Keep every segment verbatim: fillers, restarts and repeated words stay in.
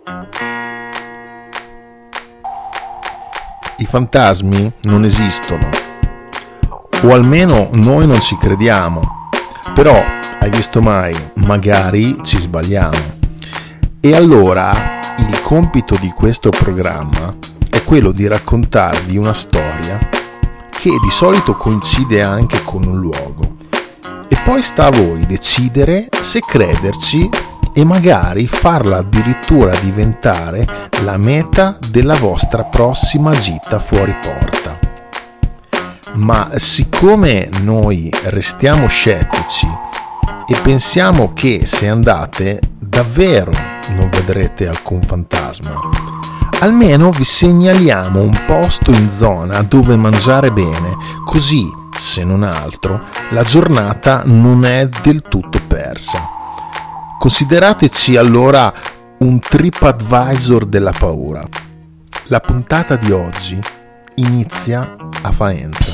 I fantasmi non esistono, o almeno noi non ci crediamo, però hai visto mai, magari ci sbagliamo. E allora il compito di questo programma è quello di raccontarvi una storia che di solito coincide anche con un luogo, e poi sta a voi decidere se crederci e magari farla addirittura diventare la meta della vostra prossima gita fuori porta. Ma siccome noi restiamo scettici e pensiamo che se andate davvero non vedrete alcun fantasma, almeno vi segnaliamo un posto in zona dove mangiare bene, così, se non altro, la giornata non è del tutto persa. Considerateci allora un TripAdvisor della paura. La puntata di oggi inizia a Faenza.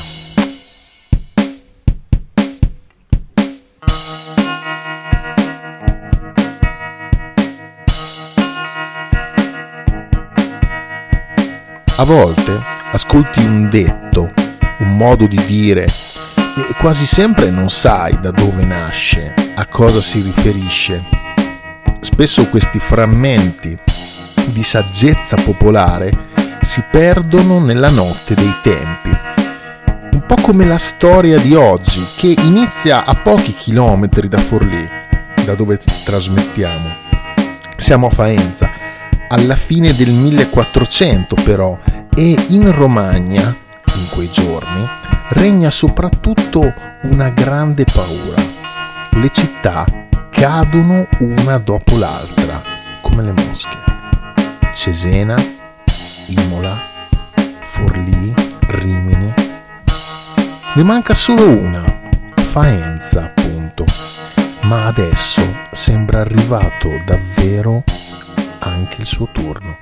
A volte ascolti un detto, un modo di dire, e quasi sempre non sai da dove nasce, a cosa si riferisce. Spesso questi frammenti di saggezza popolare si perdono nella notte dei tempi, un po' come la storia di oggi che inizia a pochi chilometri da Forlì, da dove trasmettiamo. Siamo a Faenza, alla fine del millequattrocento però, e in Romagna, in quei giorni, regna soprattutto una grande paura. Le città cadono una dopo l'altra, come le mosche. Cesena, Imola, Forlì, Rimini. Ne manca solo una, Faenza, appunto. Ma adesso sembra arrivato davvero anche il suo turno.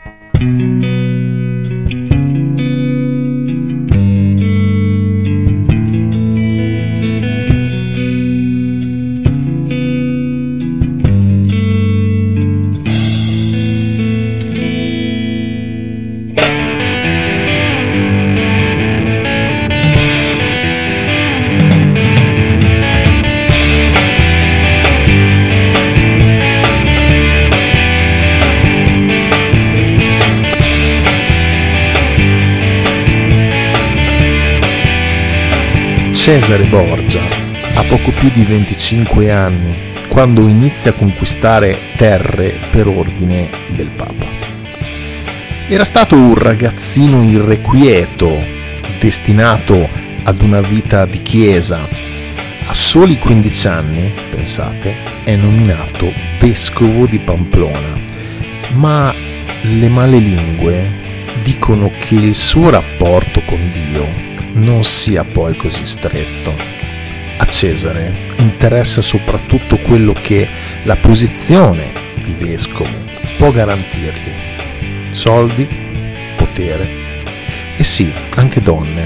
Cesare Borgia ha poco più di venticinque anni quando inizia a conquistare terre per ordine del Papa. Era stato un ragazzino irrequieto, destinato ad una vita di chiesa. A soli quindici anni, pensate, è nominato vescovo di Pamplona, ma le malelingue dicono che il suo rapporto con Dio non sia poi così stretto. A Cesare interessa soprattutto quello che la posizione di vescovo può garantirgli: soldi, potere e sì, anche donne.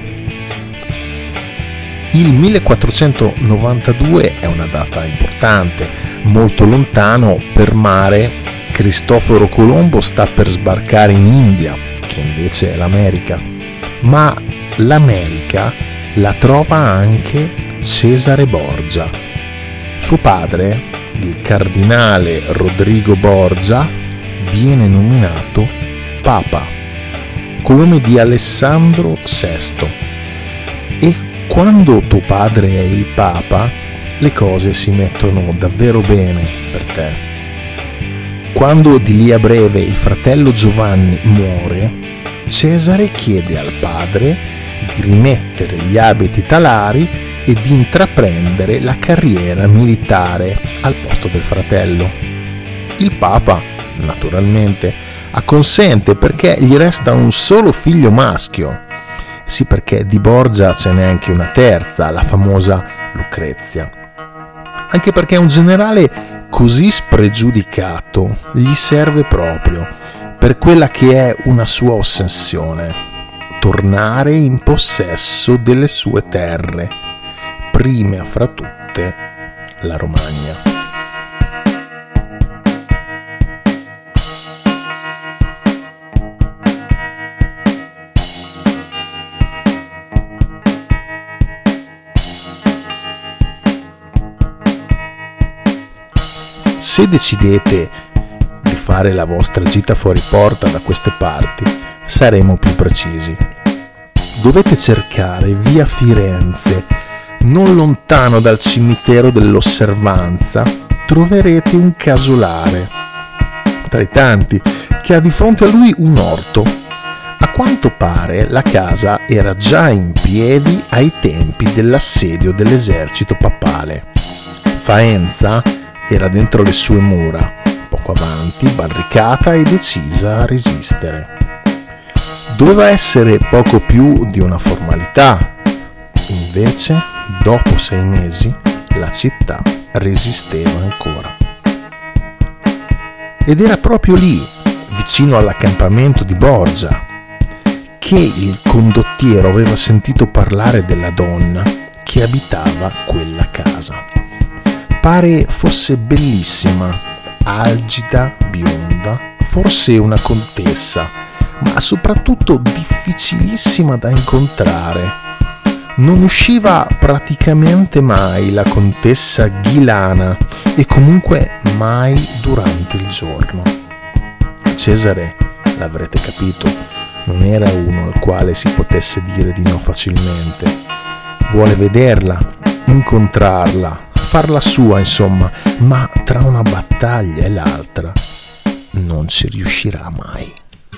Il millequattrocentonovantadue è una data importante. Molto lontano per mare, Cristoforo Colombo sta per sbarcare in India, che invece è l'America. Ma l'America la trova anche Cesare Borgia. Suo padre, il cardinale Rodrigo Borgia, viene nominato Papa con nome di Alessandro sesto. E quando tuo padre è il Papa, le cose si mettono davvero bene per te. Quando di lì a breve il fratello Giovanni muore, Cesare chiede al padre di rimettere gli abiti talari e di intraprendere la carriera militare al posto del fratello. Il Papa, naturalmente, acconsente perché gli resta un solo figlio maschio. Sì, perché di Borgia ce n'è anche una terza, la famosa Lucrezia. Anche perché un generale così spregiudicato gli serve proprio per quella che è una sua ossessione: tornare in possesso delle sue terre, prime fra tutte la Romagna. Se decidete di fare la vostra gita fuori porta da queste parti, saremo più precisi. Dovete cercare via Firenze, non lontano dal cimitero dell'Osservanza, troverete un casolare, tra i tanti, che ha di fronte a lui un orto. A quanto pare la casa era già in piedi ai tempi dell'assedio dell'esercito papale. Faenza era dentro le sue mura, poco avanti, barricata e decisa a resistere. Doveva essere poco più di una formalità, invece, dopo sei mesi, la città resisteva ancora. Ed era proprio lì, vicino all'accampamento di Borgia, che il condottiero aveva sentito parlare della donna che abitava quella casa. Pare fosse bellissima, algida, bionda, forse una contessa, ma soprattutto difficilissima da incontrare. Non usciva praticamente mai la contessa Ghilana e comunque mai durante il giorno. Cesare, l'avrete capito, non era uno al quale si potesse dire di no facilmente. Vuole vederla, incontrarla, farla sua, insomma, ma tra una battaglia e l'altra non ci riuscirà mai.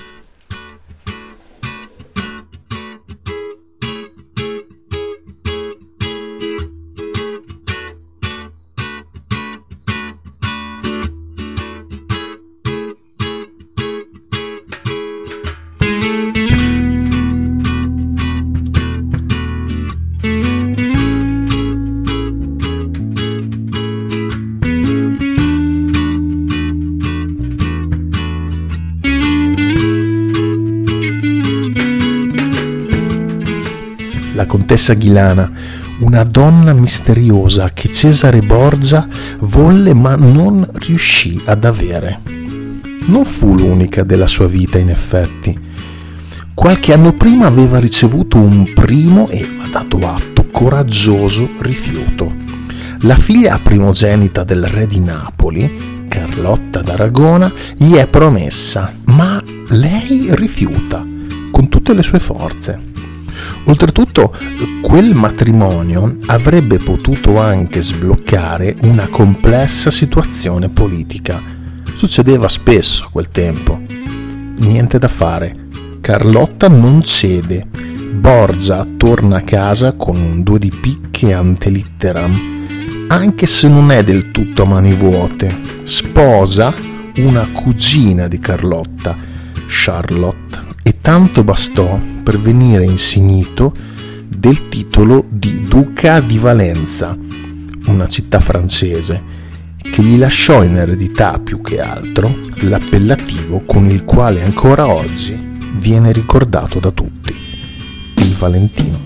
La contessa Ghilana, una donna misteriosa che Cesare Borgia volle ma non riuscì ad avere. Non fu l'unica della sua vita, in effetti. Qualche anno prima aveva ricevuto un primo e, va dato atto, coraggioso rifiuto. La figlia primogenita del re di Napoli, Carlotta d'Aragona, gli è promessa, ma lei rifiuta con tutte le sue forze. Oltretutto, quel matrimonio avrebbe potuto anche sbloccare una complessa situazione politica. Succedeva spesso a quel tempo. Niente da fare. Carlotta non cede. Borgia torna a casa con un due di picche ante litteram, anche se non è del tutto a mani vuote. Sposa una cugina di Carlotta, Charlotte, e tanto bastò per venire insignito del titolo di Duca di Valenza, una città francese, che gli lasciò in eredità più che altro l'appellativo con il quale ancora oggi viene ricordato da tutti, il Valentino.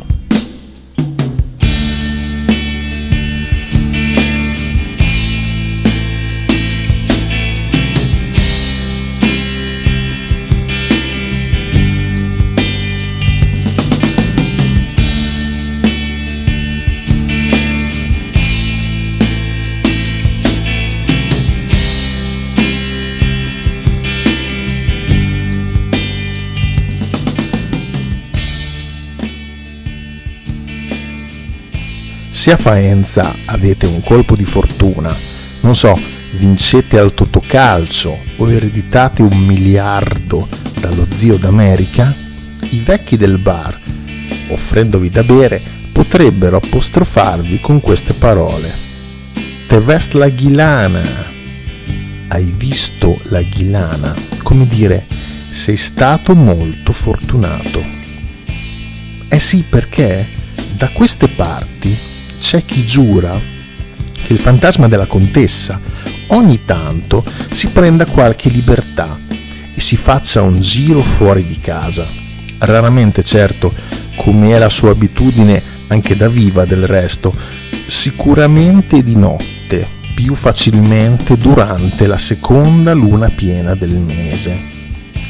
Se a Faenza avete un colpo di fortuna, non so, vincete al Totocalcio o ereditate un miliardo dallo zio d'America, i vecchi del bar, offrendovi da bere, potrebbero apostrofarvi con queste parole: Te vest la Ghilana, hai visto la Ghilana, come dire, sei stato molto fortunato. Eh sì, perché da queste parti c'è chi giura che il fantasma della contessa ogni tanto si prenda qualche libertà e si faccia un giro fuori di casa. Raramente, certo, come era sua abitudine anche da viva del resto, sicuramente di notte, più facilmente durante la seconda luna piena del mese.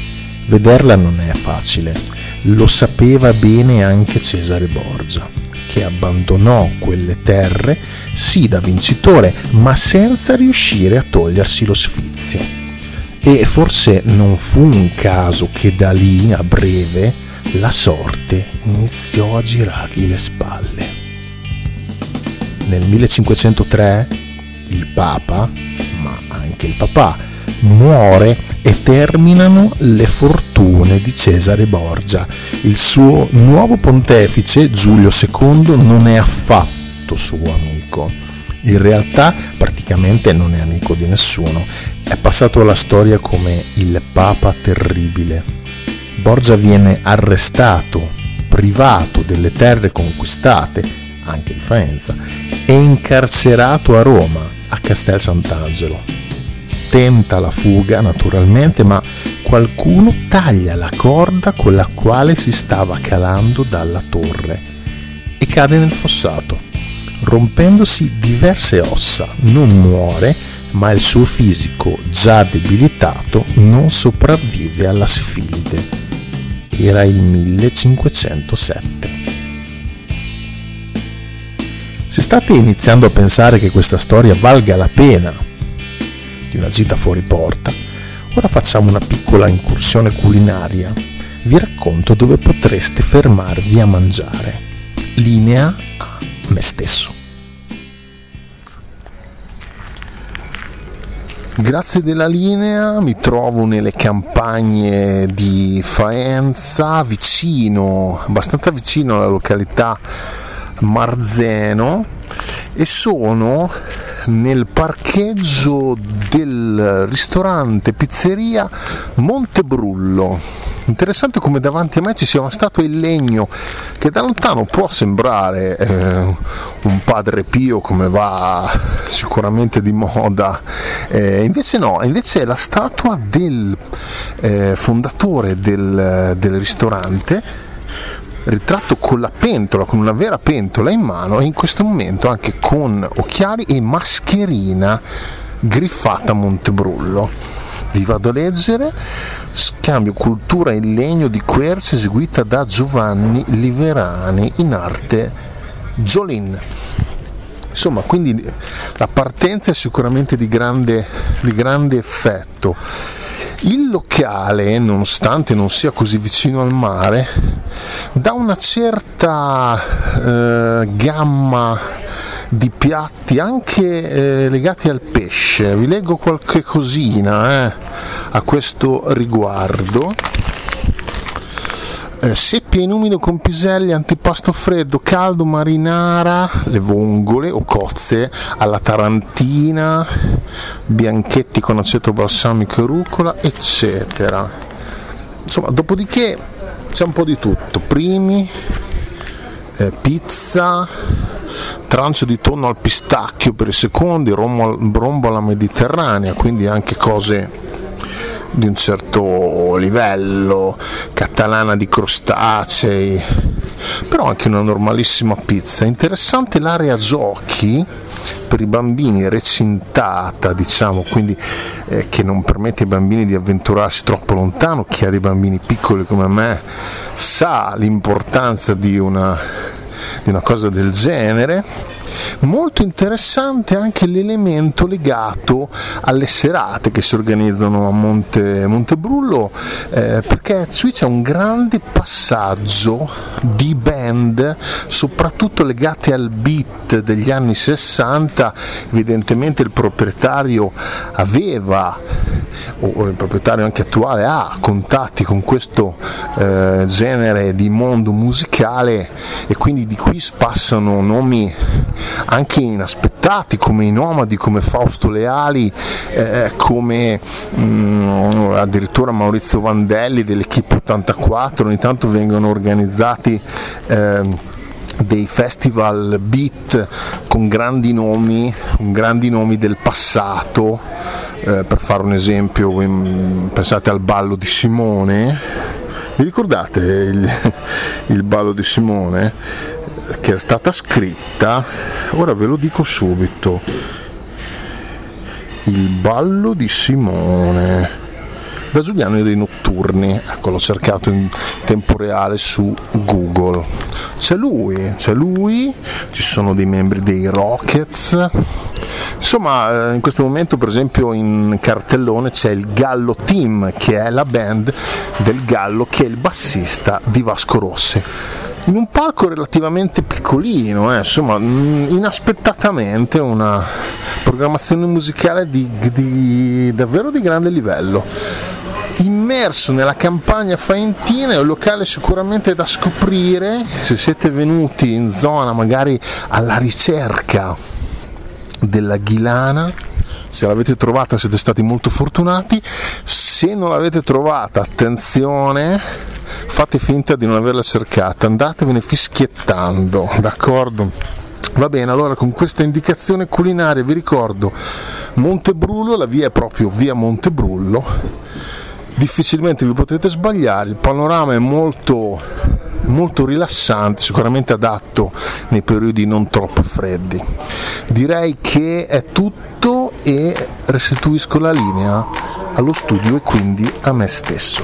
Vederla non è facile, lo sapeva bene anche Cesare Borgia, che abbandonò quelle terre, sì da vincitore, ma senza riuscire a togliersi lo sfizio. E forse non fu un caso che da lì, a breve, la sorte iniziò a girargli le spalle. Nel millecinquecentotre il Papa, ma anche il papà, muore e terminano le fortune di Cesare Borgia. Il suo nuovo pontefice, Giulio secondo, non è affatto suo amico. In realtà praticamente non è amico di nessuno. È passato alla storia come il Papa terribile. Borgia viene arrestato, privato delle terre conquistate, anche di Faenza, e incarcerato a Roma, a Castel Sant'Angelo. Tenta la fuga naturalmente, ma qualcuno taglia la corda con la quale si stava calando dalla torre e cade nel fossato, rompendosi diverse ossa. Non muore, ma il suo fisico, già debilitato, non sopravvive alla sifilide. Era il millecinquecentosette. Se state iniziando a pensare che questa storia valga la pena di una gita fuori porta, ora facciamo una piccola incursione culinaria. Vi racconto dove potreste fermarvi a mangiare. Linea a me stesso. Grazie della linea, mi trovo nelle campagne di Faenza, vicino, abbastanza vicino alla località Marzeno, e sono nel parcheggio del ristorante pizzeria Montebrullo. Interessante come davanti a me ci sia una statua in legno che da lontano può sembrare eh, un padre Pio, come va sicuramente di moda, eh, invece no, invece è la statua del eh, fondatore del, del ristorante, ritratto con la pentola, con una vera pentola in mano, e in questo momento anche con occhiali e mascherina griffata Montebrullo. Vi vado a leggere: scambio cultura in legno di quercia eseguita da Giovanni Liverani in arte Jolin. Insomma, quindi la partenza è sicuramente di grande, di grande effetto. Il locale, nonostante non sia così vicino al mare, dà una certa eh, gamma di piatti anche eh, legati al pesce. Vi leggo qualche cosina eh, a questo riguardo. Eh, seppia in umido con piselli, antipasto freddo, caldo, marinara, le vongole o cozze alla tarantina, bianchetti con aceto balsamico e rucola, eccetera. Insomma, dopodiché c'è un po' di tutto: primi, eh, pizza, trancio di tonno al pistacchio per i secondi, rombo alla mediterranea, quindi anche cose di un certo livello, catalana di crostacei, però anche una normalissima pizza. Interessante l'area giochi per i bambini, recintata, diciamo, quindi eh, che non permette ai bambini di avventurarsi troppo lontano. Chi ha dei bambini piccoli come me sa l'importanza di una, di una cosa del genere. Molto interessante anche l'elemento legato alle serate che si organizzano a Monte, Montebrullo, eh, perché qui c'è un grande passaggio di band, soprattutto legate al beat degli anni sessanta. Evidentemente il proprietario aveva, o il proprietario anche attuale ha, contatti con questo eh, genere di mondo musicale, e quindi di qui spassano nomi anche inaspettati come i Nomadi, come Fausto Leali, eh, come mh, addirittura Maurizio Vandelli dell'Equipe ottantaquattro. Ogni tanto vengono organizzati eh, dei festival beat con grandi nomi, con grandi nomi del passato. Eh, per fare un esempio, pensate al ballo di Simone. Vi ricordate il, il ballo di Simone? Che è stata scritta, ora ve lo dico subito, il ballo di Simone, da Giuliano e dei Notturni. Ecco, l'ho cercato in tempo reale su Google. C'è lui, c'è lui, ci sono dei membri dei Rockets. Insomma, in questo momento per esempio in cartellone c'è il Gallo Team, che è la band del Gallo, che è il bassista di Vasco Rossi, in un palco relativamente piccolino, eh, insomma, inaspettatamente una programmazione musicale di, di davvero di grande livello. Immerso nella campagna faentina, è un locale sicuramente da scoprire se siete venuti in zona magari alla ricerca della Ghilana. Se l'avete trovata siete stati molto fortunati, se non l'avete trovata, attenzione, fate finta di non averla cercata, andatevene fischiettando, d'accordo? Va bene, allora con questa indicazione culinaria vi ricordo Montebrullo, la via è proprio via Montebrullo, difficilmente vi potete sbagliare, il panorama è molto molto rilassante, sicuramente adatto nei periodi non troppo freddi. Direi che è tutto e restituisco la linea allo studio e quindi a me stesso.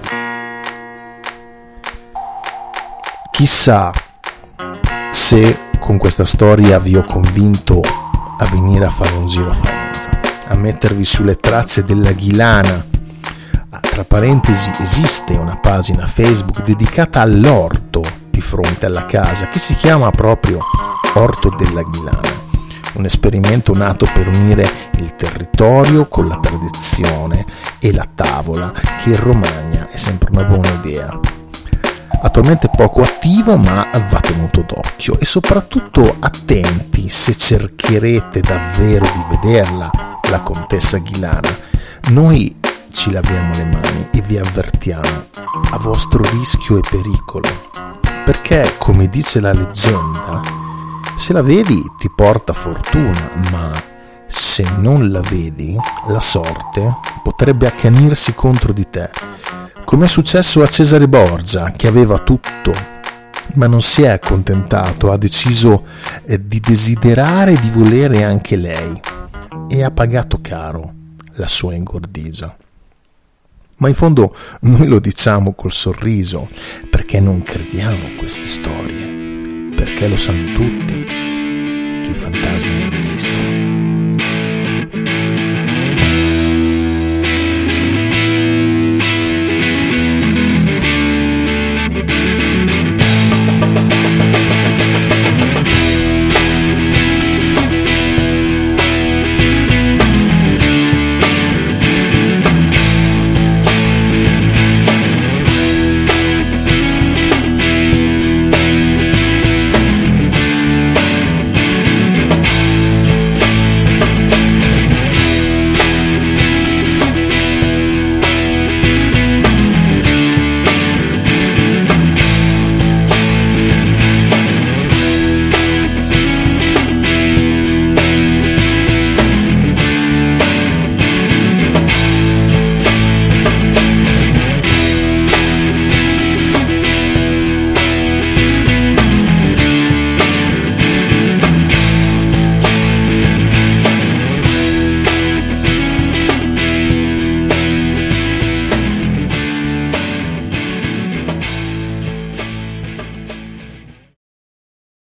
Chissà se con questa storia vi ho convinto a venire a fare un giro a Faenza, a mettervi sulle tracce della Ghilana. Tra parentesi, esiste una pagina Facebook dedicata all'orto di fronte alla casa che si chiama proprio Orto della Ghilana, un esperimento nato per unire il territorio con la tradizione e la tavola, che in Romagna è sempre una buona idea. Attualmente poco attivo, ma va tenuto d'occhio e soprattutto attenti se cercherete davvero di vederla, la contessa Ghilana. Noi ci laviamo le mani e vi avvertiamo, a vostro rischio e pericolo, perché, come dice la leggenda, se la vedi ti porta fortuna, ma se non la vedi, la sorte potrebbe accanirsi contro di te, come è successo a Cesare Borgia, che aveva tutto, ma non si è accontentato, ha deciso di desiderare e di volere anche lei, e ha pagato caro la sua ingordigia. Ma in fondo noi lo diciamo col sorriso, perché non crediamo a queste storie, perché lo sanno tutti che i fantasmi non esistono.